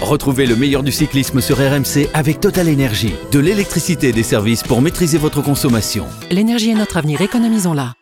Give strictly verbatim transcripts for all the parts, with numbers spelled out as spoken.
Retrouvez le meilleur du cyclisme sur R M C avec Total Énergie. De l'électricité et des services pour maîtriser votre consommation. L'énergie est notre avenir, économisons-la.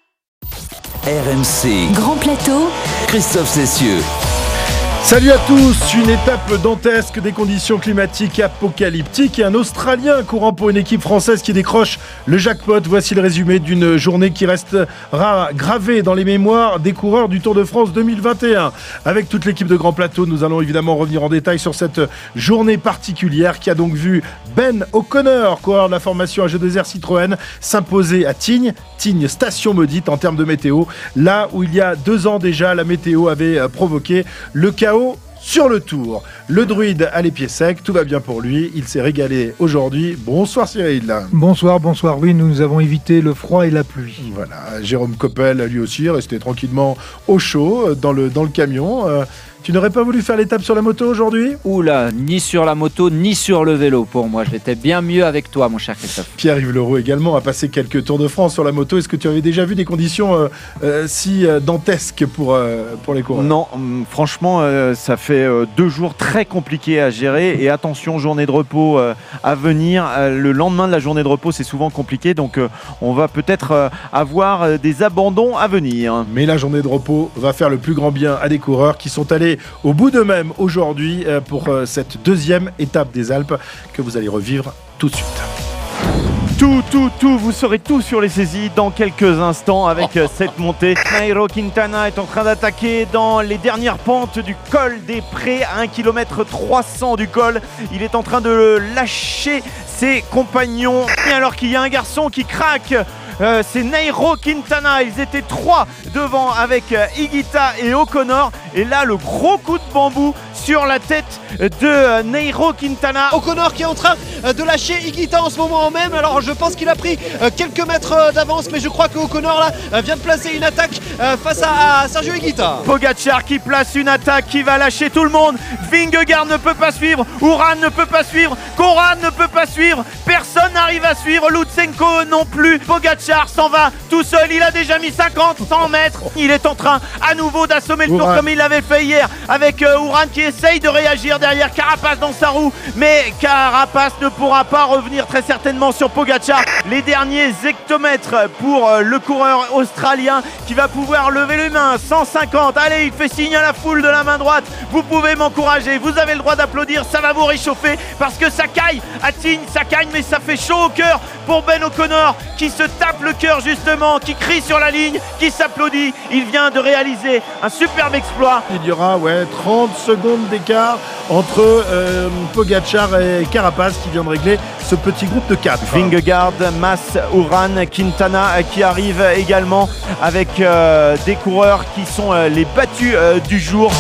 R M C. Grand Plateau. Christophe Cessieux. Salut à tous, une étape dantesque, des conditions climatiques apocalyptiques et un Australien courant pour une équipe française qui décroche le jackpot. Voici le résumé d'une journée qui restera gravée dans les mémoires des coureurs du Tour de France deux mille vingt et un. Avec toute l'équipe de Grand Plateau, nous allons évidemment revenir en détail sur cette journée particulière qui a donc vu Ben O'Connor, coureur de la formation A G deux R Citroën, s'imposer à Tignes. Tignes, station maudite en termes de météo, là où il y a deux ans déjà, la météo avait provoqué le chaos sur le Tour. Le druide a les pieds secs, tout va bien pour lui, il s'est régalé aujourd'hui. Bonsoir Cyril. Bonsoir, bonsoir, oui, nous avons évité le froid et la pluie. Voilà, Jérôme Coppel lui aussi resté tranquillement au chaud dans le, dans le camion. Euh, tu n'aurais pas voulu faire l'étape sur la moto aujourd'hui ? Oula, ni sur la moto, ni sur le vélo pour moi. J'étais bien mieux avec toi, mon cher Christophe. Pierre-Yves Leroux également a passé quelques Tours de France sur la moto. Est-ce que tu avais déjà vu des conditions euh, euh, si euh, dantesques pour, euh, pour les coureurs ? Non, hum, franchement, euh, ça fait euh, deux jours très compliqués à gérer. Et attention, journée de repos euh, à venir. Euh, le lendemain de la journée de repos, c'est souvent compliqué. Donc, euh, on va peut-être euh, avoir euh, des abandons à venir. Mais la journée de repos va faire le plus grand bien à des coureurs qui sont allés au bout d'eux-mêmes aujourd'hui pour cette deuxième étape des Alpes que vous allez revivre tout de suite. Tout, tout, tout, vous saurez tout sur les saisies dans quelques instants avec oh. cette montée. Nairo Quintana est en train d'attaquer dans les dernières pentes du col des Prés, à un kilomètre trois cents du col. Il est en train de lâcher ses compagnons. Et alors qu'il y a un garçon qui craque, Euh, c'est Nairo Quintana, ils étaient trois devant avec euh, Higuita et O'Connor, et là le gros coup de bambou sur la tête de euh, Nairo Quintana. O'Connor qui est en train euh, de lâcher Higuita en ce moment même, alors je pense qu'il a pris euh, quelques mètres euh, d'avance, mais je crois que O'Connor là euh, vient de placer une attaque euh, face à, à Sergio Higuita. Pogacar qui place une attaque qui va lâcher tout le monde. Vingegaard ne peut pas suivre, Uran ne peut pas suivre, Koran ne peut pas suivre, personne n'arrive à suivre, Lutsenko non plus. Pogacar s'en va tout seul, il a déjà mis cinquante, cent mètres. Il est en train à nouveau d'assommer le Tour Uran. comme il l'avait fait hier avec euh, Uran qui essaye de réagir derrière Carapace dans sa roue, mais Carapace ne pourra pas revenir très certainement sur Pogacar. Les derniers hectomètres pour euh, le coureur australien qui va pouvoir lever les mains. Cent cinquante, allez, il fait signe à la foule de la main droite, vous pouvez m'encourager, vous avez le droit d'applaudir, ça va vous réchauffer parce que ça caille à Tignes, ça caille mais ça fait chaud au cœur pour Ben O'Connor qui se tape le cœur justement, qui crie sur la ligne, qui s'applaudit. Il vient de réaliser un superbe exploit. Il y aura ouais, trente secondes d'écart entre euh, Pogacar et Carapace qui vient de régler ce petit groupe de quatre. Vingegaard, Mas, Uran, Quintana qui arrive également avec euh, des coureurs qui sont euh, les battus euh, du jour.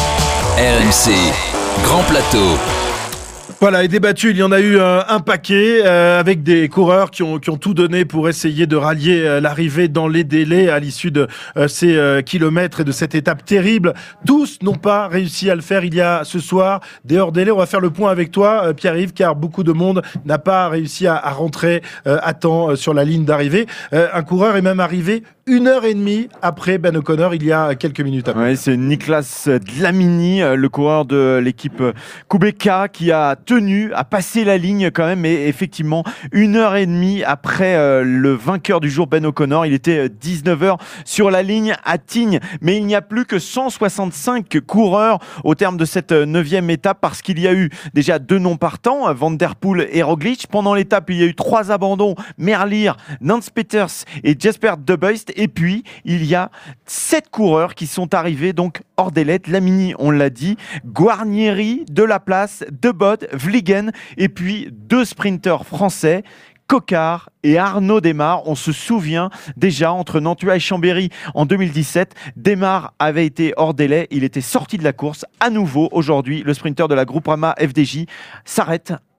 R M C, Grand Plateau. Voilà, et débattu, il y en a eu euh, un paquet euh, avec des coureurs qui ont, qui ont tout donné pour essayer de rallier euh, l'arrivée dans les délais à l'issue de euh, ces euh, kilomètres et de cette étape terrible. Tous n'ont pas réussi à le faire. Il y a ce soir des hors-délais. On va faire le point avec toi, euh, Pierre-Yves, car beaucoup de monde n'a pas réussi à, à rentrer euh, à temps euh, sur la ligne d'arrivée. Euh, un coureur est même arrivé une heure et demie après Ben O'Connor, il y a quelques minutes après. Ouais, c'est Niklas Dlamini, le coureur de l'équipe Kubeka, qui a tenu à passer la ligne quand même, mais effectivement, une heure et demie après euh, le vainqueur du jour, Ben O'Connor, il était dix-neuf heures sur la ligne à Tignes, mais il n'y a plus que cent soixante-cinq coureurs au terme de cette neuvième étape, parce qu'il y a eu déjà deux non partants, Van Der Poel et Roglic. Pendant l'étape, il y a eu trois abandons, Merlier, Nance Peters et Jasper De Beust. Et puis, il y a sept coureurs qui sont arrivés donc hors délai. Dlamini, on l'a dit, Guarnieri, De La Place, De Bod, Vliegen, et puis deux sprinteurs français, Coquard et Arnaud Démare. On se souvient déjà, entre Nantua et Chambéry en deux mille dix-sept, Démare avait été hors délai, il était sorti de la course. À nouveau, aujourd'hui, le sprinter de la Groupama F D J s'arrête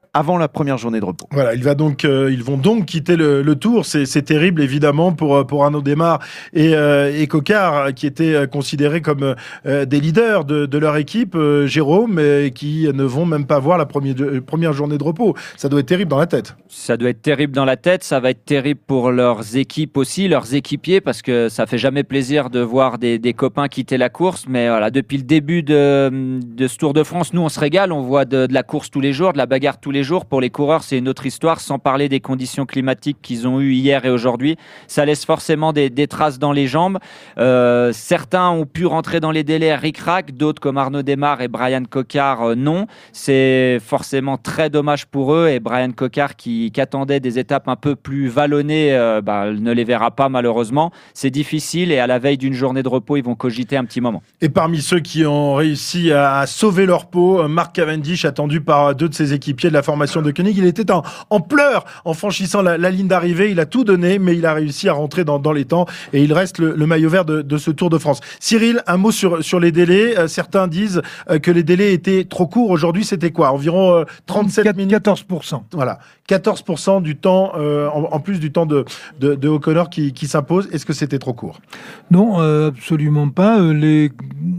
avant la première journée de repos. Voilà, il va donc, euh, ils vont donc quitter le, le Tour. C'est, c'est terrible, évidemment, pour, pour Arnaud Démare et, euh, et Coquard, qui étaient considérés comme euh, des leaders de, de leur équipe, euh, Jérôme, et qui ne vont même pas voir la première, de, première journée de repos. Ça doit être terrible dans la tête. Ça doit être terrible dans la tête. Ça va être terrible pour leurs équipes aussi, leurs équipiers, parce que ça fait jamais plaisir de voir des, des copains quitter la course. Mais voilà, depuis le début de, de ce Tour de France, nous, on se régale. On voit de, de la course tous les jours, de la bagarre tous les jours. Pour les coureurs, c'est une autre histoire, sans parler des conditions climatiques qu'ils ont eues hier et aujourd'hui. Ça laisse forcément des, des traces dans les jambes. Euh, certains ont pu rentrer dans les délais ric-rac, d'autres comme Arnaud Démare et Bryan Coquard, euh, non. C'est forcément très dommage pour eux, et Bryan Coquard qui, qui attendait des étapes un peu plus vallonnées, euh, bah, ne les verra pas malheureusement. C'est difficile, et à la veille d'une journée de repos, ils vont cogiter un petit moment. Et parmi ceux qui ont réussi à sauver leur peau, Mark Cavendish, attendu par deux de ses équipiers de la formation de Koenig, il était en, en pleurs en franchissant la, la ligne d'arrivée. Il a tout donné, mais il a réussi à rentrer dans, dans les temps, et il reste le, le maillot vert de, de ce Tour de France. Cyril, un mot sur, sur les délais. Euh, certains disent euh, que les délais étaient trop courts. Aujourd'hui, c'était quoi ? Environ euh, trente-sept minutes. quatorze pour cent. Voilà, quatorze pour cent du temps, euh, en, en plus du temps de, de, de O'Connor qui, qui s'impose. Est-ce que c'était trop court ? Non, euh, absolument pas. Euh, les...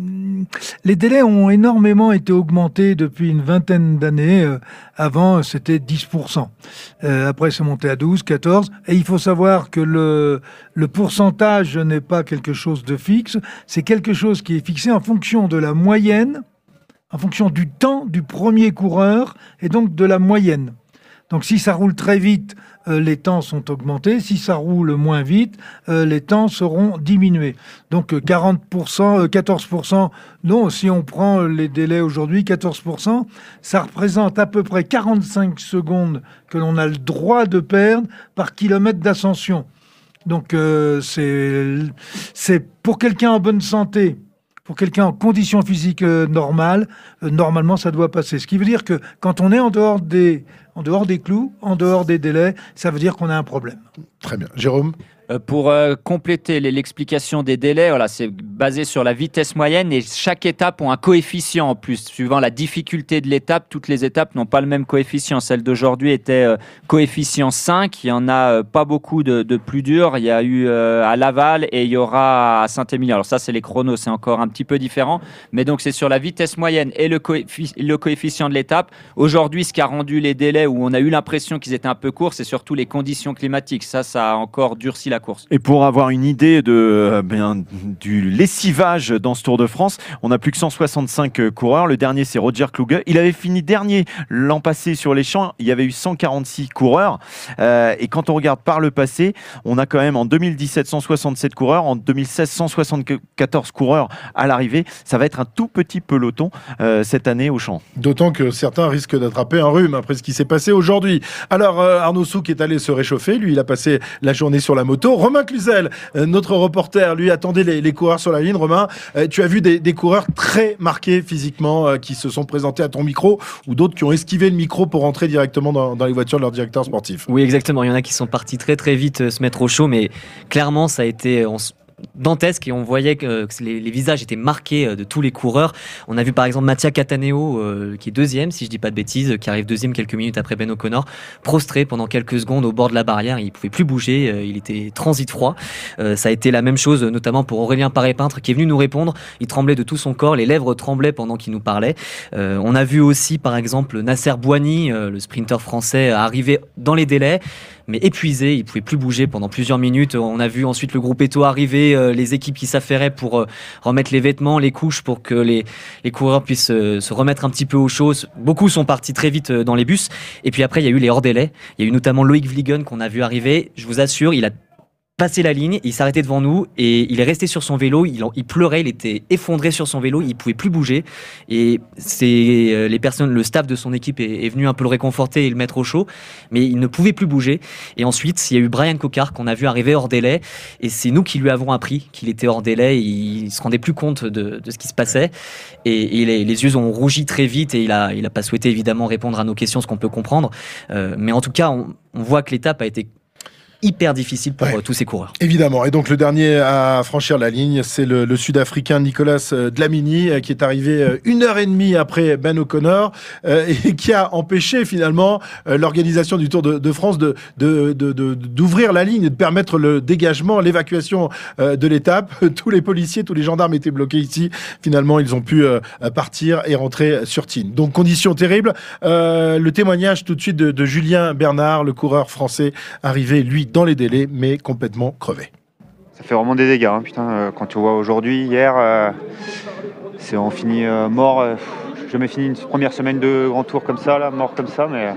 Les délais ont énormément été augmentés depuis une vingtaine d'années. Euh, avant, c'était dix pour cent. Euh, après, c'est monté à douze, quatorze. Et il faut savoir que le, le pourcentage n'est pas quelque chose de fixe. C'est quelque chose qui est fixé en fonction de la moyenne, en fonction du temps du premier coureur et donc de la moyenne. Donc si ça roule très vite, euh, les temps sont augmentés. Si ça roule moins vite, euh, les temps seront diminués. Donc euh, quarante pour cent, euh, quatorze pour cent, non, si on prend les délais aujourd'hui, quatorze pour cent, ça représente à peu près quarante-cinq secondes que l'on a le droit de perdre par kilomètre d'ascension. Donc euh, c'est, c'est pour quelqu'un en bonne santé, pour quelqu'un en conditions physiques euh, normales, euh, normalement ça doit passer. Ce qui veut dire que quand on est en dehors des, en dehors des clous, en dehors des délais, ça veut dire qu'on a un problème. Très bien. Jérôme ? Euh, pour euh, compléter les, l'explication des délais, voilà, c'est basé sur la vitesse moyenne, et chaque étape a un coefficient en plus. Suivant la difficulté de l'étape, toutes les étapes n'ont pas le même coefficient. Celle d'aujourd'hui était euh, coefficient cinq. Il n'y en a euh, pas beaucoup de, de plus durs. Il y a eu euh, à Laval et il y aura à Saint-Émilion. Alors ça, c'est les chronos, c'est encore un petit peu différent. Mais donc, c'est sur la vitesse moyenne et le, coeffi- le coefficient de l'étape. Aujourd'hui, ce qui a rendu les délais où on a eu l'impression qu'ils étaient un peu courts, c'est surtout les conditions climatiques. Ça, ça a encore durci la course. Et pour avoir une idée de, euh, bien, du lessivage dans ce Tour de France, on a plus que cent soixante-cinq coureurs. Le dernier, c'est Roger Kluge. Il avait fini dernier l'an passé sur les champs. Il y avait eu cent quarante-six coureurs. Euh, et quand on regarde par le passé, on a quand même en deux mille dix-sept cent soixante-sept coureurs, en deux mille seize cent soixante-quatorze coureurs à l'arrivée. Ça va être un tout petit peloton euh, cette année au champ. D'autant que certains risquent d'attraper un rhume après ce qui s'est passé aujourd'hui. Alors euh, Arnaud Souk est allé se réchauffer. Lui, il a passé la journée sur la moto. Romain Cluzel, euh, notre reporter, lui attendait les, les coureurs sur la ligne. Romain, euh, tu as vu des, des coureurs très marqués physiquement euh, qui se sont présentés à ton micro, ou d'autres qui ont esquivé le micro pour rentrer directement dans, dans les voitures de leur directeur sportif. Oui, exactement. Il y en a qui sont partis très très vite euh, se mettre au chaud, mais clairement ça a été... On s... dantesque, et on voyait que, que les, les visages étaient marqués de tous les coureurs. On a vu par exemple Mattia Cataneo euh, qui est deuxième, si je dis pas de bêtises, qui arrive deuxième quelques minutes après Ben O'Connor, prostré pendant quelques secondes au bord de la barrière. Il pouvait plus bouger, euh, il était transit froid. Euh, ça a été la même chose notamment pour Aurélien Paré-Peintre qui est venu nous répondre. Il tremblait de tout son corps, les lèvres tremblaient pendant qu'il nous parlait. Euh, on a vu aussi par exemple Nasser Bouhanni, euh, le sprinter français, arriver dans les délais, mais épuisé, il pouvait plus bouger pendant plusieurs minutes. On a vu ensuite le groupe Eto arriver, euh, les équipes qui s'affairaient pour euh, remettre les vêtements, les couches, pour que les, les coureurs puissent euh, se remettre un petit peu au chaud. Beaucoup sont partis très vite euh, dans les bus. Et puis après, il y a eu les hors-délais. Il y a eu notamment Loïc Vliegen qu'on a vu arriver. Je vous assure, il a passé la ligne, il s'arrêtait devant nous et il est resté sur son vélo, il, il pleurait, il était effondré sur son vélo, il pouvait plus bouger, et c'est euh, les personnes, le staff de son équipe est, est venu un peu le réconforter et le mettre au chaud, mais il ne pouvait plus bouger. Et ensuite il y a eu Bryan Coquard qu'on a vu arriver hors délai, et c'est nous qui lui avons appris qu'il était hors délai. Il, il se rendait plus compte de, de ce qui se passait, et, et les, les yeux ont rougi très vite, et il a, il a pas souhaité évidemment répondre à nos questions, ce qu'on peut comprendre, euh, mais en tout cas on, on voit que l'étape a été hyper difficile pour Ouais. euh, tous ces coureurs. Évidemment. Et donc le dernier à franchir la ligne, c'est le, le Sud-Africain Nicolas Dlamini euh, qui est arrivé euh, une heure et demie après Ben O'Connor euh, et qui a empêché finalement euh, l'organisation du Tour de, de France de, de, de, de- d'ouvrir la ligne et de permettre le dégagement, l'évacuation euh, de l'étape. Tous les policiers, tous les gendarmes étaient bloqués ici. Finalement, ils ont pu euh, partir et rentrer sur Tignes. Donc conditions terribles. Euh, le témoignage tout de suite de, de Julien Bernard, le coureur français, arrivé lui dans les délais mais complètement crevé. Ça fait vraiment des dégâts, hein, putain. Euh, quand tu vois aujourd'hui, hier, euh, c'est, on finit euh, mort. Euh, j'ai jamais fini une première semaine de grand tour comme ça, là, mort comme ça, mais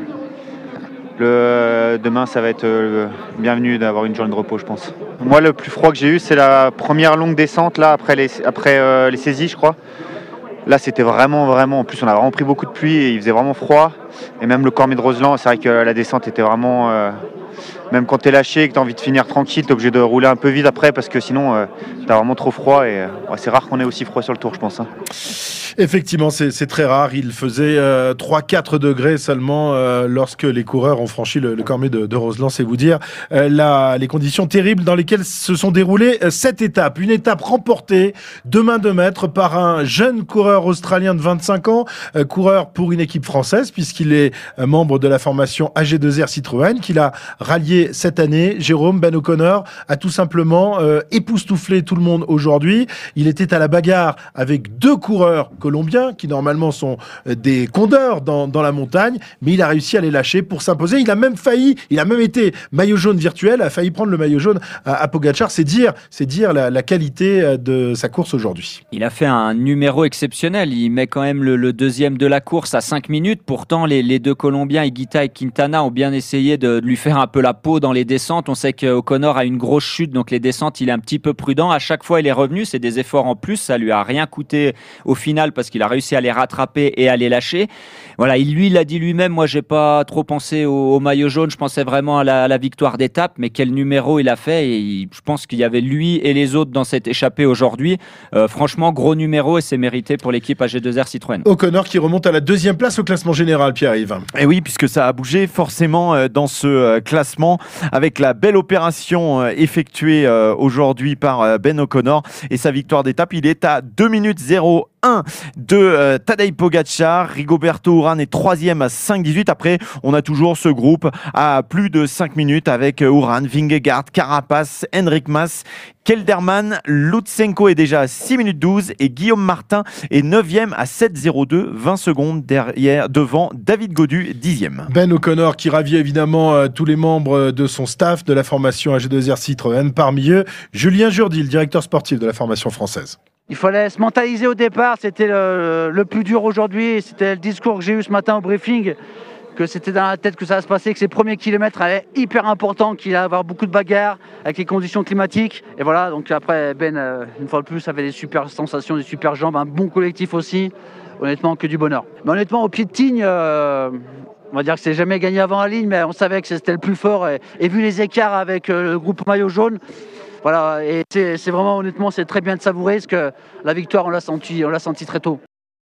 le, euh, demain, ça va être euh, bienvenu d'avoir une journée de repos, je pense. Moi, le plus froid que j'ai eu, c'est la première longue descente, là, après les, après, euh, les saisies, je crois. Là, c'était vraiment, vraiment. En plus, on a vraiment pris beaucoup de pluie et il faisait vraiment froid. Et même le Cormier de Roseland, c'est vrai que la descente était vraiment. Euh, même quand t'es lâché et que t'as envie de finir tranquille, t'es obligé de rouler un peu vite après parce que sinon, euh, t'as vraiment trop froid. Et euh, ouais, c'est rare qu'on ait aussi froid sur le tour, je pense. Hein. Effectivement, c'est, c'est très rare. Il faisait euh, trois à quatre degrés seulement euh, lorsque les coureurs ont franchi le, le Cormier de, de Roseland. C'est vous dire euh, la, les conditions terribles dans lesquelles se sont déroulées euh, cette étape. Une étape remportée de main de maître par un jeune coureur australien de vingt-cinq ans, euh, coureur pour une équipe française puisqu'il est euh, membre de la formation A G deux R Citroën qu'il a rallié cette année. Jérôme Ben O'Connor a tout simplement euh, époustouflé tout le monde aujourd'hui. Il était à la bagarre avec deux coureurs colombiens qui normalement sont euh, des condeurs dans, dans la montagne, mais il a réussi à les lâcher pour s'imposer. Il a même failli, il a même été maillot jaune virtuel, a failli prendre le maillot jaune à, à Pogacar. C'est dire, c'est dire la, la qualité de sa course aujourd'hui. Il a fait un numéro exceptionnel. Il met quand même le, le deuxième de la course à cinq minutes. Pourtant, les, les deux Colombiens, Higuita et Quintana, ont bien essayé de, de lui faire un peu la peau dans les descentes. On sait qu'O'Connor a une grosse chute, donc les descentes, il est un petit peu prudent. À chaque fois, il est revenu. C'est des efforts en plus. Ça lui a rien coûté au final parce qu'il a réussi à les rattraper et à les lâcher. Voilà, il lui, il a dit lui-même, moi, j'ai pas trop pensé au, au maillot jaune. Je pensais vraiment à la, à la victoire d'étape, mais quel numéro il a fait. Et il, je pense qu'il y avait lui et les autres dans cette échappée aujourd'hui. Euh, franchement, gros numéro et c'est mérité pour l'équipe A G deux R Citroën. O'Connor qui remonte à la deuxième place au classement général, Pierre-Yves. Et oui, puisque ça a bougé forcément euh, dans ce euh, classement avec la belle opération euh, effectuée euh, aujourd'hui par euh, Ben O'Connor et sa victoire d'étape. Il est à deux minutes zéro un de euh, Tadej Pogacar. Rigoberto Urán est troisième à cinq dix-huit. Après, on a toujours ce groupe à plus de cinq minutes avec euh, Urán, Vingegaard, Carapaz, Henrik Mas, Kelderman. Lutsenko est déjà à six minutes douze et Guillaume Martin est neuvième à sept zéro deux, vingt secondes derrière, devant David Gaudu, dixième. Ben O'Connor qui ravit évidemment euh, tous les membres de son staff de la formation A G deux R Citroën. Parmi eux, Julien Jourdi, le directeur sportif de la formation française. Il fallait se mentaliser au départ, c'était le, le plus dur aujourd'hui, c'était le discours que j'ai eu ce matin au briefing, que c'était dans la tête que ça va se passer, que ces premiers kilomètres allaient être hyper importants, qu'il allait y avoir beaucoup de bagarres avec les conditions climatiques. Et voilà, donc après Ben, euh, une fois de plus, avait des super sensations, des super jambes, un bon collectif aussi, honnêtement que du bonheur. Mais honnêtement, au pied de Tignes, euh, on va dire que c'est jamais gagné avant la ligne, mais on savait que c'était le plus fort. Et, et vu les écarts avec euh, le groupe maillot jaune, voilà, et c'est, c'est vraiment, honnêtement, c'est très bien de savourer, parce que la victoire, on l'a senti, on l'a senti très tôt.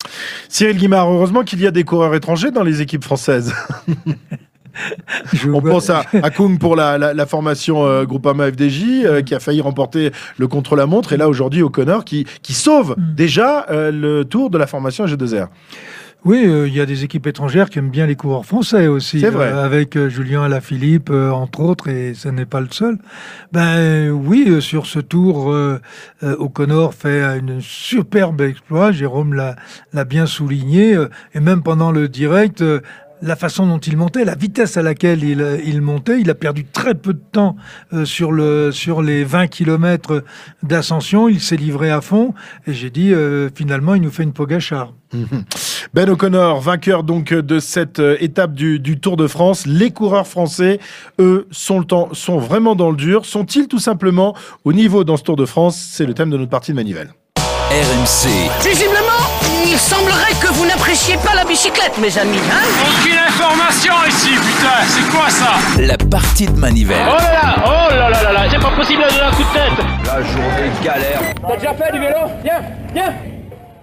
Cyril Guimard, heureusement qu'il y a des coureurs étrangers dans les équipes françaises. On pense à, à Kung pour la, la, la formation euh, Groupama F D J euh, qui a failli remporter le contre-la-montre et là aujourd'hui O'Connor qui, qui sauve mm. déjà euh, le tour de la formation A G deux R. Oui, il euh, y a des équipes étrangères qui aiment bien les coureurs français aussi. C'est vrai. Euh, avec euh, Julien Alaphilippe, euh, entre autres, et ce n'est pas le seul. Ben euh, oui, euh, sur ce tour, euh, euh, O'Connor fait une superbe exploit. Jérôme l'a, l'a bien souligné. Euh, et même pendant le direct, euh, la façon dont il montait, la vitesse à laquelle il, il montait, il a perdu très peu de temps euh, sur, le, sur les vingt kilomètres d'ascension. Il s'est livré à fond. Et j'ai dit, euh, finalement, il nous fait une Pogacar. Ben O'Connor, vainqueur donc de cette étape du, du Tour de France. Les coureurs français, eux, sont, le temps, sont vraiment dans le dur. Sont-ils tout simplement au niveau dans ce Tour de France? C'est le thème de notre partie de Manivelle. R M C. Visiblement, il semblerait que vous n'appréciez pas la bicyclette, mes amis, hein? Aucune information ici, putain, c'est quoi ça? La partie de Manivelle. Oh là là, oh là là là là, c'est pas possible de donner un coup de tête. La journée galère. T'as déjà fait du vélo? Viens, viens.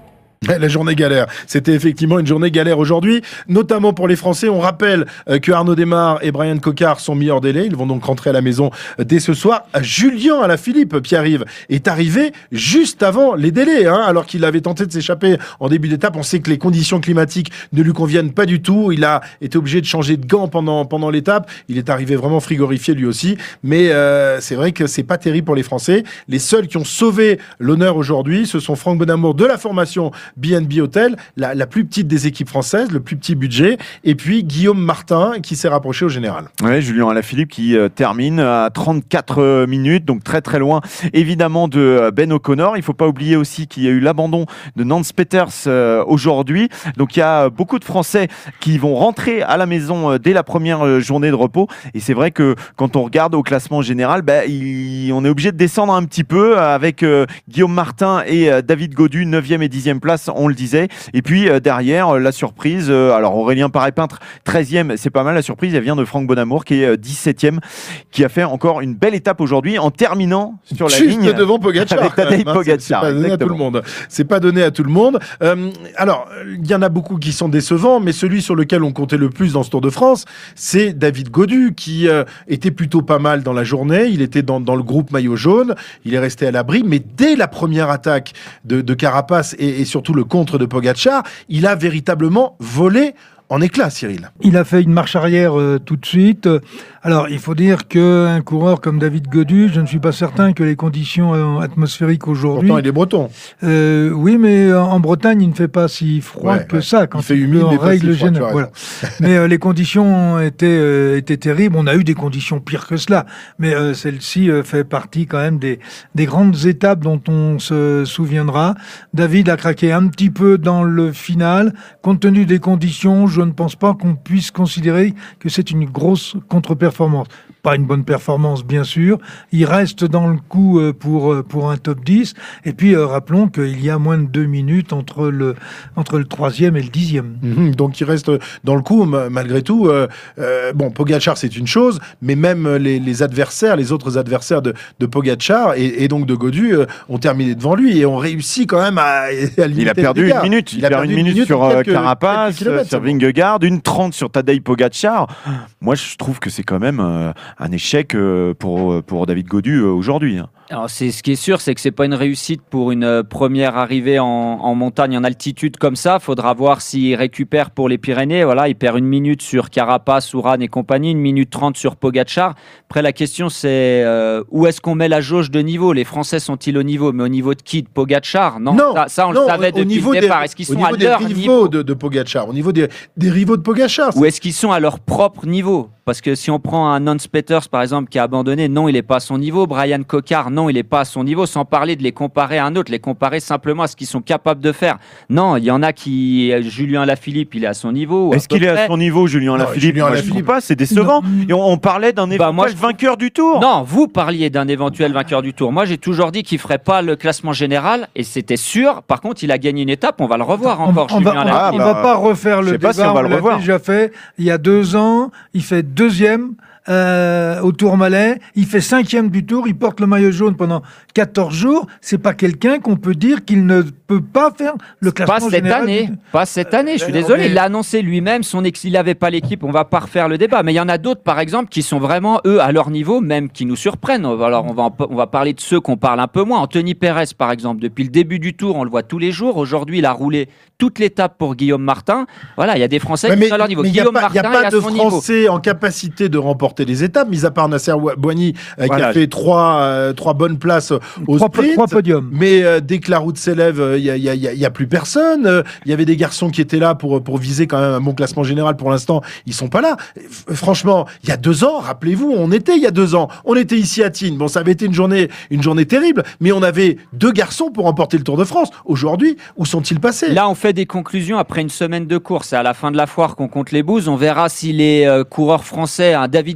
La journée galère. C'était effectivement une journée galère aujourd'hui, notamment pour les Français. On rappelle euh, que Arnaud Démare et Brian Cocard sont mis hors délai. Ils vont donc rentrer à la maison euh, dès ce soir. Julien Alaphilippe, Pierre-Yves, est arrivé juste avant les délais, hein, alors qu'il avait tenté de s'échapper en début d'étape. On sait que les conditions climatiques ne lui conviennent pas du tout. Il a été obligé de changer de gants pendant, pendant l'étape. Il est arrivé vraiment frigorifié lui aussi. Mais euh, c'est vrai que c'est pas terrible pour les Français. Les seuls qui ont sauvé l'honneur aujourd'hui, ce sont Franck Bonamour de la formation B and B Hotel, la, la plus petite des équipes françaises, le plus petit budget, et puis Guillaume Martin qui s'est rapproché au général. Oui, Julien Alaphilippe qui euh, termine à trente-quatre minutes, donc très très loin évidemment de euh, Ben O'Connor. Il ne faut pas oublier aussi qu'il y a eu l'abandon de Nance Peters euh, aujourd'hui, donc il y a beaucoup de Français qui vont rentrer à la maison euh, dès la première euh, journée de repos, et c'est vrai que quand on regarde au classement général, bah, il, on est obligé de descendre un petit peu avec euh, Guillaume Martin et euh, David Gaudu, neuvième et dixième place, on le disait. Et puis euh, derrière, euh, la surprise, euh, alors Aurélien Paré-Peintre, treizième, c'est pas mal la surprise, elle vient de Franck Bonamour qui est euh, dix-septième, qui a fait encore une belle étape aujourd'hui en terminant sur la Juste ligne. Juste devant Pogacar. Avec Tadej Pogacar. C'est pas donné à tout le monde. C'est pas donné à tout le monde. Euh, alors, il y en a beaucoup qui sont décevants, mais celui sur lequel on comptait le plus dans ce Tour de France, c'est David Gaudu, qui euh, était plutôt pas mal dans la journée. Il était dans, dans le groupe maillot jaune. Il est resté à l'abri, mais dès la première attaque de, de Carapace et, et surtout le contre de Pogacar, il a véritablement volé en éclat, Cyril. Il a fait une marche arrière euh, tout de suite. Alors, il faut dire qu'un coureur comme David Gaudu, je ne suis pas certain que les conditions euh, atmosphériques aujourd'hui... Pourtant, il est breton. Euh, oui, mais en Bretagne, il ne fait pas si froid ouais, que ouais. ça. Quand il fait humide, mais pas si froid, générale. Voilà. Mais euh, les conditions étaient, euh, étaient terribles. On a eu des conditions pires que cela. Mais euh, celle-ci euh, fait partie quand même des, des grandes étapes dont on se souviendra. David a craqué un petit peu dans le final. Compte tenu des conditions, je ne pense pas qu'on puisse considérer que c'est une grosse contre-performance. Pas une bonne performance, bien sûr. Il reste dans le coup pour, pour un top dix. Et puis, euh, rappelons qu'il y a moins de deux minutes entre le, entre le troisième et le dixième. Mmh, donc, il reste dans le coup, malgré tout. Euh, euh, bon, Pogacar, c'est une chose, mais même les, les adversaires, les autres adversaires de, de Pogacar et, et donc de Gaudu euh, ont terminé devant lui et ont réussi quand même à, à limiter. Il a perdu une minute. Il, il a perdu une minute, minute sur quelques, Carapace, quelques sur Vingegaard, une trente sur Tadej Pogacar. Moi, je trouve que c'est quand même euh, un échec euh, pour, pour David Gaudu euh, aujourd'hui. Alors c'est, ce qui est sûr, c'est que c'est pas une réussite pour une euh, première arrivée en, en montagne, en altitude comme ça. Faudra voir s'il récupère pour les Pyrénées. Voilà, il perd une minute sur Carapace, Uran et compagnie, une minute trente sur Pogacar. Après, la question, c'est euh, où est-ce qu'on met la jauge de niveau? Les Français sont-ils au niveau? Mais au niveau de qui? De Pogacar? Non, non, ça, ça on non, le savait depuis le départ. Des, est-ce qu'ils sont à leur niveau niveau de, de Pogacar, au niveau des, des rivaux de Pogacar? Ou est-ce qu'ils sont à leur propre niveau? Parce que si on prend un Nance Peters, par exemple, qui a abandonné, non, il n'est pas à son niveau. Brian Cocard, non, il n'est pas à son niveau. Sans parler de les comparer à un autre, les comparer simplement à ce qu'ils sont capables de faire. Non, il y en a qui... Julien Alaphilippe, il est à son niveau. Est-ce qu'il est à son niveau, Julien Alaphilippe? Je ne trouve pas, c'est décevant. Et on, on parlait d'un éventuel bah, moi, je... vainqueur du Tour. Non, vous parliez d'un éventuel vainqueur du Tour. Moi, j'ai toujours dit qu'il ne ferait pas le classement général, et c'était sûr. Par contre, il a gagné une étape, on va le revoir on, encore, on Julien va, Alaphilippe. On ne va pas refaire le débat, pas si on, va le on l'a déjà fait. Il y a deux ans, il fait deuxième. Euh, au Tourmalet, il fait cinquième du Tour, il porte le maillot jaune pendant quatorze jours. C'est pas quelqu'un qu'on peut dire qu'il ne peut pas faire le classement pas cette général. Année, du... Pas cette année, je suis désolé. Il l'a annoncé lui-même, son ex, il n'avait pas l'équipe, on va pas refaire le débat. Mais il y en a d'autres, par exemple, qui sont vraiment, eux, à leur niveau, même qui nous surprennent. Alors, on va, on va parler de ceux qu'on parle un peu moins. Anthony Pérez, par exemple, depuis le début du Tour, on le voit tous les jours. Aujourd'hui, il a roulé toute l'étape pour Guillaume Martin. Voilà, il y a des Français ouais, qui mais, sont à leur niveau. Mais Guillaume il n'y a, Martin, a pas de Français niveau. en capacité de remporter les étapes, mis à part Nasser Boigny, euh, voilà. qui a fait trois, euh, trois bonnes places au trois, sprint. Trois podiums. Mais euh, dès que la route s'élève, il euh, n'y a, y a, y a plus personne. Il euh, y avait des garçons qui étaient là pour, pour viser quand même un bon classement général. Pour l'instant, ils sont pas là. F- franchement, il y a deux ans, rappelez-vous, on était il y a deux ans. On était ici à Tignes. Bon, ça avait été une journée, une journée terrible, mais on avait deux garçons pour remporter le Tour de France. Aujourd'hui, où sont-ils passés? Là, on fait des conclusions après une semaine de course. C'est à la fin de la foire qu'on compte les bouses. On verra si les euh, coureurs français, hein, David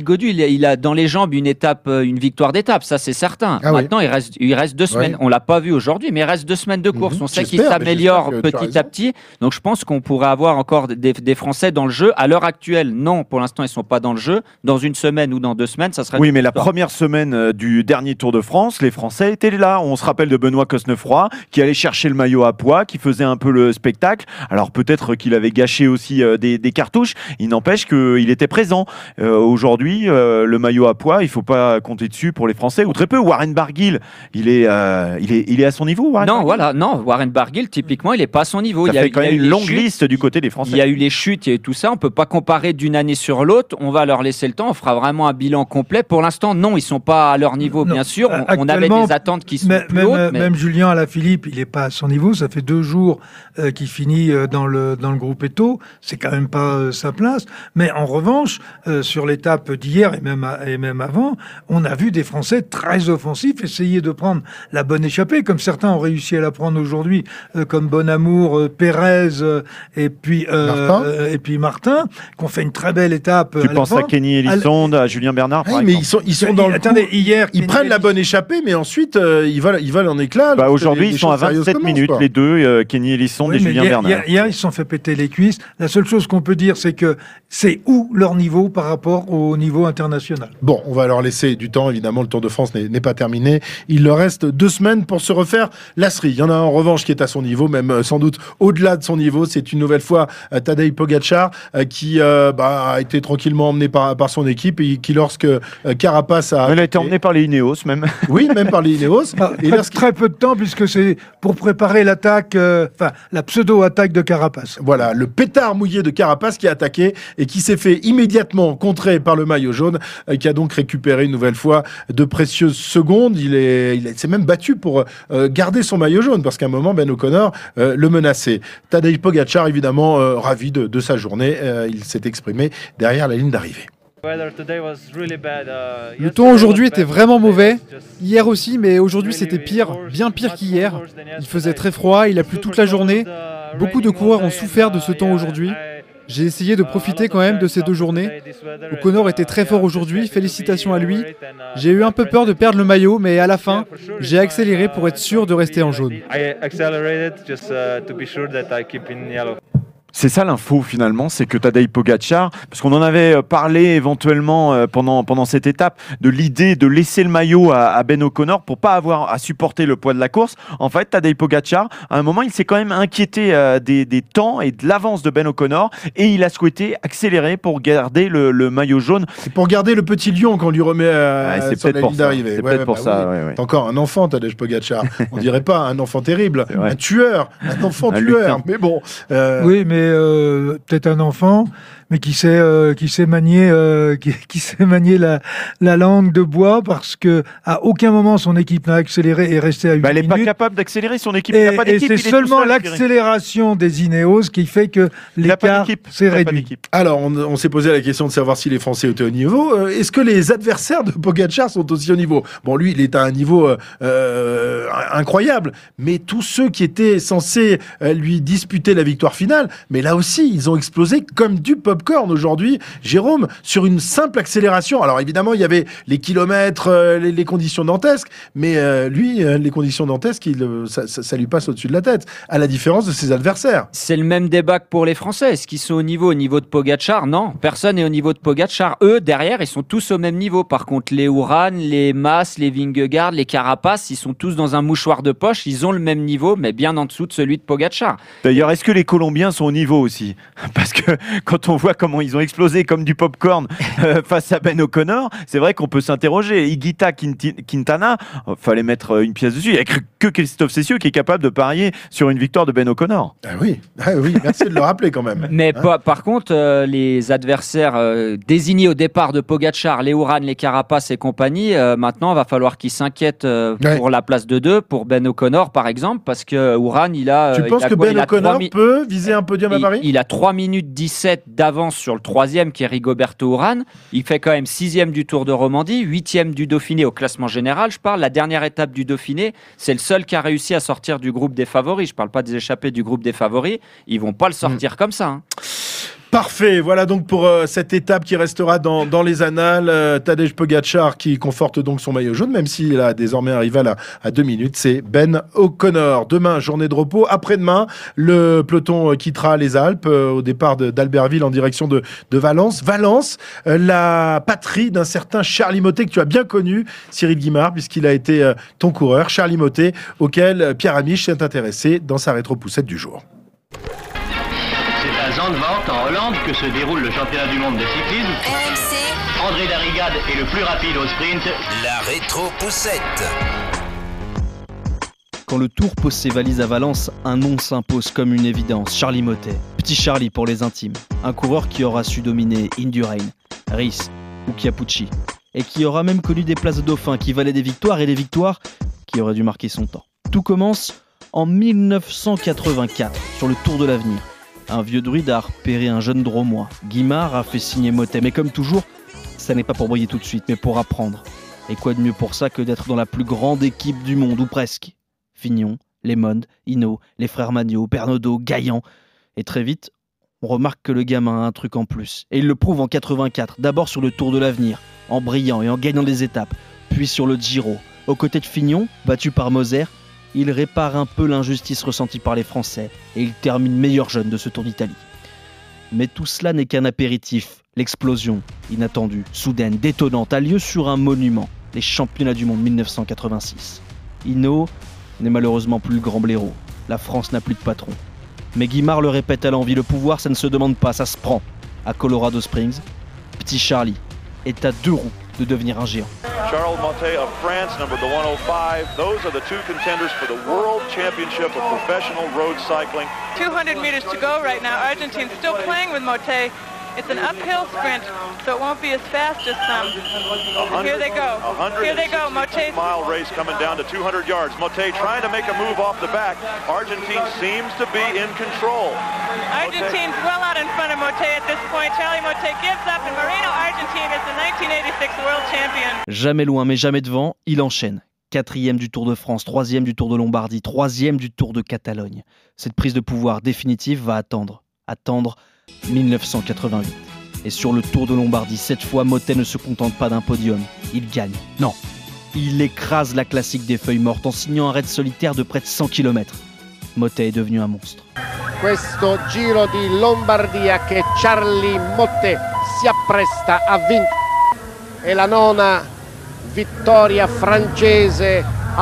Gaudu, il a, il a dans les jambes une étape, une victoire d'étape, ça c'est certain. Ah Maintenant, oui. il, reste, il reste deux semaines. Ouais. On l'a pas vu aujourd'hui, mais il reste deux semaines de course. Mmh, on sait qu'il s'améliore petit à petit. Donc je pense qu'on pourrait avoir encore des, des Français dans le jeu. À l'heure actuelle, non, pour l'instant, ils sont pas dans le jeu. Dans une semaine ou dans deux semaines, ça serait... Oui, mais la première semaine euh, du dernier Tour de France, les Français étaient là. On se rappelle de Benoît Cosnefroy, qui allait chercher le maillot à poids, qui faisait un peu le spectacle. Alors peut-être qu'il avait gâché aussi euh, des, des cartouches. Il n'empêche qu'il était présent. Euh, aujourd'hui, euh, le maillot à poids, il faut pas compter dessus pour les Français, ou très peu. Warren Barguil, il est, euh, il est, il est à son niveau, Warren Non, Barguil voilà, non. Warren Barguil, typiquement, il est pas à son niveau. Ça il y a, fait quand il y a même eu une longue chutes, liste du côté des Français. Il y a eu les chutes, il y a eu tout ça. On peut pas comparer d'une année sur l'autre. On va leur laisser le temps. On fera vraiment un bilan complet. Pour l'instant, non, ils sont pas à leur niveau, non. bien sûr. On, on avait des attentes qui sont même, plus hautes. Mais... Même Julien Alaphilippe, il est pas à son niveau. Ça fait deux jours euh, qu'il finit euh, dans le dans le groupe Eto. C'est quand même pas euh, sa place. Mais en revanche, euh, sur l'étape d'hier et même à, et même avant, on a vu des Français très offensifs essayer de prendre la bonne échappée, comme certains ont réussi à la prendre aujourd'hui, euh, comme Bonamour, euh, Pérez euh, et puis euh, Martin. Euh, et puis Martin, qu'on fait une très belle étape. Tu à penses à Kenny Elissonde, à, à Julien Bernard, par oui, mais ils sont ils sont dans le attendez coup, hier ils prennent la bonne échappée, mais ensuite euh, ils volent ils volent en éclats. Bah aujourd'hui, ils sont à vingt-sept minutes, quoi. Les deux, euh, Kenny Elissonde oui, et Julien hier, Bernard. Hier, hier, ils se sont fait péter les cuisses. La seule chose qu'on peut dire, c'est que c'est où leur niveau par rapport au niveau international. Bon, on va leur laisser du temps. Évidemment, le Tour de France n'est, n'est pas terminé. Il leur reste deux semaines pour se refaire la série. Il y en a un en revanche qui est à son niveau, même euh, sans doute au-delà de son niveau. C'est une nouvelle fois euh, Tadej Pogacar euh, qui euh, bah, a été tranquillement emmené par, par son équipe et qui, lorsque euh, Carapace a... Il a été emmené par les Ineos, même. Oui, même par les Ineos. Ah, et très, lorsqu'il... très peu de temps, puisque c'est pour préparer l'attaque, enfin, euh, la pseudo-attaque de Carapace. Voilà, le pétard mouillé de Carapace qui a attaqué et qui s'est fait immédiatement contrer par le maillot jaune, euh, qui a donc récupéré une nouvelle fois de précieuses secondes. Il, est, il s'est même battu pour euh, garder son maillot jaune, parce qu'à un moment, Ben O'Connor euh, le menaçait. Tadej Pogacar, évidemment, euh, ravi de, de sa journée. Euh, il s'est exprimé derrière la ligne d'arrivée. Le temps aujourd'hui était vraiment mauvais, hier aussi, mais aujourd'hui c'était pire, bien pire qu'hier. Il faisait très froid, il a plu toute la journée. Beaucoup de coureurs ont souffert de ce temps aujourd'hui. J'ai essayé de profiter quand même de ces deux journées. O'Connor était très fort aujourd'hui, félicitations à lui. J'ai eu un peu peur de perdre le maillot, mais à la fin, j'ai accéléré pour être sûr de rester en jaune. C'est ça l'info finalement, c'est que Tadej Pogacar, parce qu'on en avait parlé éventuellement pendant, pendant cette étape, de l'idée de laisser le maillot à, à Ben O'Connor pour pas avoir à supporter le poids de la course. En fait, Tadej Pogacar, à un moment, il s'est quand même inquiété euh, des, des temps et de l'avance de Ben O'Connor et il a souhaité accélérer pour garder le, le maillot jaune. C'est pour garder le petit lion qu'on lui remet euh, ouais, c'est sur peut-être la pour ligne ça. d'arrivée. C'est ouais, peut-être ouais, pour bah ça. Oui. Ouais, ouais. C'est encore un enfant, Tadej Pogacar. On dirait pas un enfant terrible, un tueur, un enfant un tueur. lutin. Mais bon. Euh... Oui, mais euh, peut-être un enfant, mais qui sait, euh, qui sait manier, euh, qui, qui sait manier la, la langue de bois, parce que à aucun moment son équipe n'a accéléré et est restée à huit bah, elle minutes. Elle n'est pas capable d'accélérer, son équipe et, n'a pas d'équipe. Et c'est seulement l'accélération des Ineos qui fait que l'écart s'est réduit. Alors, on, on s'est posé la question de savoir si les Français étaient au niveau. Euh, est-ce que les adversaires de Pogacar sont aussi au niveau ? Bon, lui, il est à un niveau euh, incroyable, mais tous ceux qui étaient censés euh, lui disputer la victoire finale, mais là aussi, ils ont explosé comme du popcorn aujourd'hui, Jérôme, sur une simple accélération. Alors évidemment, il y avait les kilomètres, euh, les, les conditions dantesques, mais euh, lui, euh, les conditions dantesques, il, euh, ça, ça, ça lui passe au-dessus de la tête, à la différence de ses adversaires. C'est le même débat que pour les Français. Est-ce qu'ils sont au niveau, au niveau de Pogacar ? Non, personne n'est au niveau de Pogacar. Eux, derrière, ils sont tous au même niveau. Par contre, les Uran, les Mas, les Vingegaard, les Carapace, ils sont tous dans un mouchoir de poche. Ils ont le même niveau, mais bien en dessous de celui de Pogacar. D'ailleurs, est-ce que les Colombiens sont au niveau aussi ? Parce que quand on voit comment ils ont explosé comme du popcorn euh, face à Ben O'Connor, c'est vrai qu'on peut s'interroger. Higuita Quintana, il fallait mettre une pièce dessus. Il n'y a que Christophe Cessieux qui est capable de parier sur une victoire de Ben O'Connor. Ah oui, ah oui, merci de le rappeler quand même. Mais hein par, par contre, euh, les adversaires euh, désignés au départ de Pogacar, les Uran, les Carapace et compagnie, euh, maintenant, il va falloir qu'ils s'inquiètent euh, ouais. pour la place de deux, pour Ben O'Connor par exemple, parce que Uran, il a... Tu euh, penses il a que quoi, Ben O'Connor mi- peut viser un podium à Paris ? il, il a trois minutes dix-sept d'avance sur le troisième qui est Rigoberto Uran. Il fait quand même sixième du Tour de Romandie, huitième du Dauphiné au classement général. Je parle, la dernière étape du Dauphiné, c'est le seul qui a réussi à sortir du groupe des favoris. Je parle pas des échappés du groupe des favoris. Ils vont pas le sortir mmh. comme ça. Hein. Parfait, voilà donc pour euh, cette étape qui restera dans, dans les annales. Euh, Tadej Pogacar qui conforte donc son maillot jaune, même s'il a désormais un rival à, à deux minutes, c'est Ben O'Connor. Demain, journée de repos. Après-demain, le peloton quittera les Alpes euh, au départ de, d'Albertville en direction de, de Valence. Valence, euh, la patrie d'un certain Charly Mottet que tu as bien connu, Cyril Guimard, puisqu'il a été euh, ton coureur. Charly Mottet, auquel euh, Pierre Amiche s'est intéressé dans sa rétro-poussette du jour. C'est à Zandvoort, en Hollande, que se déroule le championnat du monde de cyclisme. R M C. André Darrigade est le plus rapide au sprint. La rétro-poussette. Quand le Tour pose ses valises à Valence, un nom s'impose comme une évidence, Charly Mottet. Petit Charly pour les intimes. Un coureur qui aura su dominer Indurain, Ries ou Chiappucci. Et qui aura même connu des places de dauphin qui valaient des victoires et des victoires qui auraient dû marquer son temps. Tout commence en dix-neuf cent quatre-vingt-quatre, sur le Tour de l'Avenir. Un vieux druide a repéré un jeune dromois. Guimard a fait signer Mottet, mais comme toujours, ça n'est pas pour briller tout de suite, mais pour apprendre. Et quoi de mieux pour ça que d'être dans la plus grande équipe du monde, ou presque. Fignon, Lemond, Hinault, les frères Magnot, Bernaudeau, Gaillan. Et très vite, on remarque que le gamin a un truc en plus. Et il le prouve en quatre-vingt-quatre, d'abord sur le Tour de l'Avenir, en brillant et en gagnant des étapes, puis sur le Giro. Aux côtés de Fignon, battu par Moser, il répare un peu l'injustice ressentie par les Français et il termine meilleur jeune de ce Tour d'Italie. Mais tout cela n'est qu'un apéritif. L'explosion, inattendue, soudaine, détonnante, a lieu sur un monument, les championnats du monde dix-neuf cent quatre-vingt-six. Hinault n'est malheureusement plus le grand blaireau. La France n'a plus de patron. Mais Guimard le répète à l'envi, le pouvoir ça ne se demande pas, ça se prend. À Colorado Springs, Petit Charly est à deux roues de devenir un géant. Charles Mottet of France, number the one oh five. Those are the two contenders for the World Championship of Professional Road Cycling. two hundred meters to go right now. Argentine's still playing with Mottet. It's an uphill sprint, so it won't be as fast as some. Here they go. Here they go. Mottet. Mile race coming down to two hundred yards. Mottet trying to make a move off the back. Argentine seems to be in control. Argentine's well out in front of Mottet at this point. Charly Mottet gives up, and Marino Argentine is the nineteen eighty-six world champion. Jamais loin, mais jamais devant, il enchaîne. Quatrième du Tour de France, troisième du Tour de Lombardie, troisième du Tour de Catalogne. Cette prise de pouvoir définitive va attendre. Attendre dix-neuf cent quatre-vingt-huit. Et sur le Tour de Lombardie, cette fois, Mottet ne se contente pas d'un podium. Il gagne. Non. Il écrase la classique des feuilles mortes en signant un raid solitaire de près de cent kilomètres. Mottet est devenu un monstre. Questo Giro di Lombardia che Charly Mottet si appresta a vincere. È la nona vittoria francese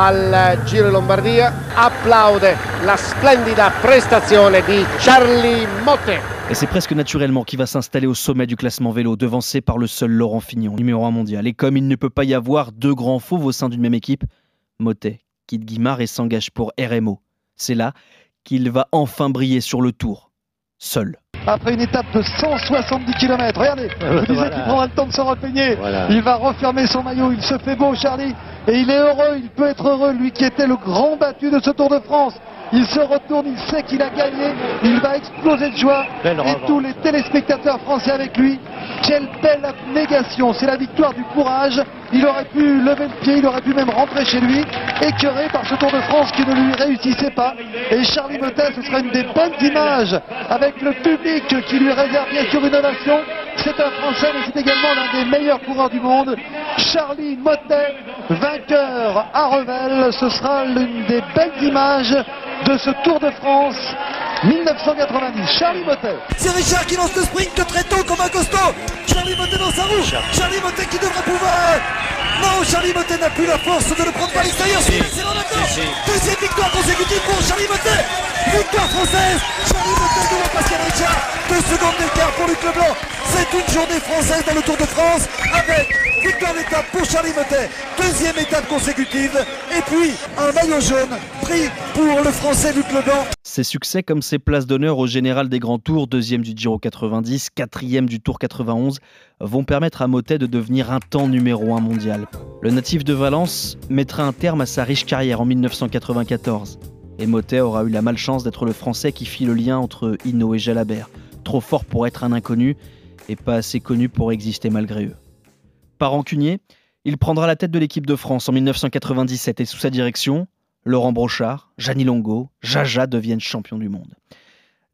al Giro di Lombardia. Applaude la splendida prestazione di Charly Mottet. Et c'est presque naturellement qu'il va s'installer au sommet du classement vélo, devancé par le seul Laurent Fignon, numéro un mondial. Et comme il ne peut pas y avoir deux grands fauves au sein d'une même équipe, Mottet quitte Guimard et s'engage pour R M O. C'est là qu'il va enfin briller sur le Tour, seul. Après une étape de cent soixante-dix kilomètres, regardez, je disais voilà. qu'il prendra le temps de se repeigner. Voilà. Il va refermer son maillot, il se fait beau, Charly, et il est heureux, il peut être heureux, lui qui était le grand battu de ce Tour de France. Il se retourne, il sait qu'il a gagné, il va exploser de joie, belle et revanche. Tous les téléspectateurs français avec lui. Quelle belle abnégation, c'est la victoire du courage. Il aurait pu lever le pied, il aurait pu même rentrer chez lui, écœuré par ce Tour de France qui ne lui réussissait pas. Et Charly Mottet, ce sera une des belles images avec le public qui lui réserve bien sûr une ovation. C'est un Français, mais c'est également l'un des meilleurs coureurs du monde. Charly Mottet, vainqueur à Revel, ce sera l'une des belles images de ce Tour de France dix-neuf cent quatre-vingt-dix. Charly Mottet. C'est Richard qui lance le sprint très tôt comme un costaud. Charly Mottet dans sa roue. Charly Mottet qui devrait pouvoir... Non, Charly Mottet n'a plus la force de le prendre par l'extérieur. C'est excellent d'accord. Deuxième victoire consécutive pour Charly Mottet. Victoire française. Charly Mottet devant Pascal Richard. Deux secondes d'écart pour Luc Leblanc. C'est une journée française dans le Tour de France avec victoire d'étape pour Charly Mottet. Deuxième étape consécutive. Et puis un maillot jaune pris pour le français Luc Leblanc. Ses succès comme ses places d'honneur au général des grands tours, deuxième du Giro quatre-vingt-dix, quatrième du Tour quatre-vingt-onze, vont permettre à Mottet de devenir un temps numéro un mondial. Le natif de Valence mettra un terme à sa riche carrière en dix-neuf cent quatre-vingt-quatorze. Et Mottet aura eu la malchance d'être le Français qui fit le lien entre Hinault et Jalabert, trop fort pour être un inconnu et pas assez connu pour exister malgré eux. Par rancunier, il prendra la tête de l'équipe de France en dix-neuf cent quatre-vingt-dix-sept et sous sa direction, Laurent Brochard, Gianni Longo, Jaja deviennent champions du monde.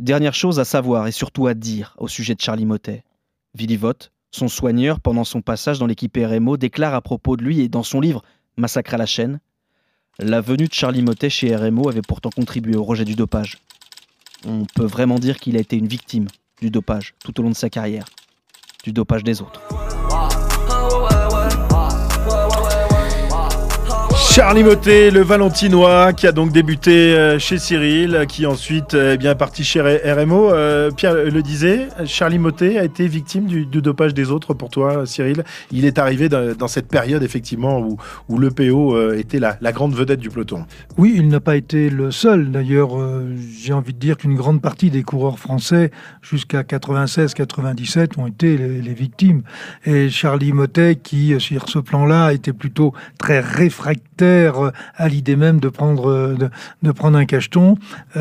Dernière chose à savoir et surtout à dire au sujet de Charly Mottet. Willy Vogt, son soigneur pendant son passage dans l'équipe R M O, déclare à propos de lui et dans son livre « Massacre à la chaîne », la venue de Charly Mottet chez R M O avait pourtant contribué au rejet du dopage. On peut vraiment dire qu'il a été une victime du dopage tout au long de sa carrière, du dopage des autres. Charly Mottet, le Valentinois, qui a donc débuté chez Cyril, qui ensuite est bien parti chez R M O. Euh, Pierre le disait, Charly Mottet a été victime du, du dopage des autres pour toi, Cyril. Il est arrivé dans, dans cette période, effectivement, où, où l'E P O était la, la grande vedette du peloton. Oui, il n'a pas été le seul. D'ailleurs, euh, j'ai envie de dire qu'une grande partie des coureurs français, jusqu'à quatre-vingt-seize quatre-vingt-dix-sept, ont été les, les victimes. Et Charly Mottet, qui, sur ce plan-là, était plutôt très réfractaire à l'idée même de prendre, de, de prendre un cacheton,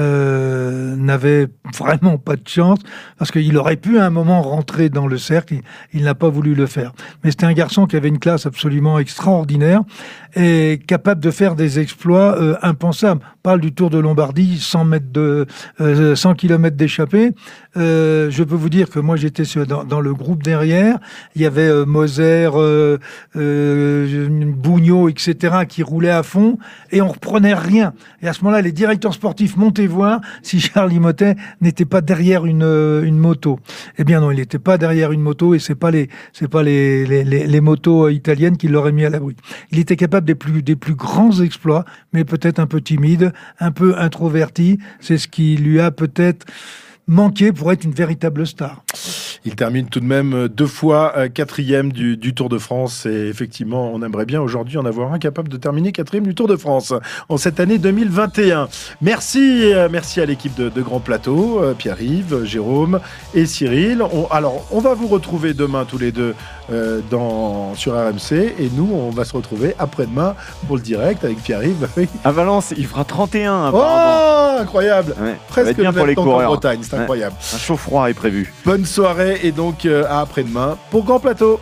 euh, n'avait vraiment pas de chance, parce qu'il aurait pu à un moment rentrer dans le cercle, il, il n'a pas voulu le faire. Mais c'était un garçon qui avait une classe absolument extraordinaire, et capable de faire des exploits euh, impensables. On parle du Tour de Lombardie, cent mètres de, euh, cent kilomètres d'échappée. Euh, je peux vous dire que moi j'étais sur, dans, dans le groupe derrière, il y avait euh, Moser, euh, euh, Bougnot, et cetera qui roulaient à fond, et on reprenait rien. Et à ce moment-là, les directeurs sportifs montaient voir si Charly Mottet n'était pas derrière une, une moto. Eh bien non, il n'était pas derrière une moto, et c'est pas les, c'est pas les, les, les, les motos italiennes qui l'auraient mis à l'abri. Il était capable des plus, des plus grands exploits, mais peut-être un peu timide, un peu introverti. C'est ce qui lui a peut-être manqué pour être une véritable star. Il termine tout de même deux fois quatrième du, du Tour de France, et effectivement on aimerait bien aujourd'hui en avoir un capable de terminer quatrième du Tour de France en cette année deux mille vingt et un. Merci, merci à l'équipe de, de Grand Plateau, Pierre-Yves, Jérôme et Cyril. On, alors on va vous retrouver demain tous les deux euh, dans, sur R M C, et nous on va se retrouver après-demain pour le direct avec Pierre-Yves. À Valence, il fera trente et un. Oh, incroyable. Ouais, presque bien pour les coureurs en Bretagne, c'est ouais. incroyable. Un chaud froid est prévu. Bonne soirée, et donc euh, à après-demain pour Grand Plateau.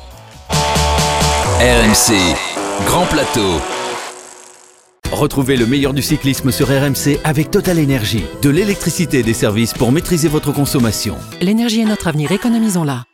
R M C, Grand Plateau. Retrouvez le meilleur du cyclisme sur R M C avec Total Énergie. De l'électricité et des services pour maîtriser votre consommation. L'énergie est notre avenir, économisons-la.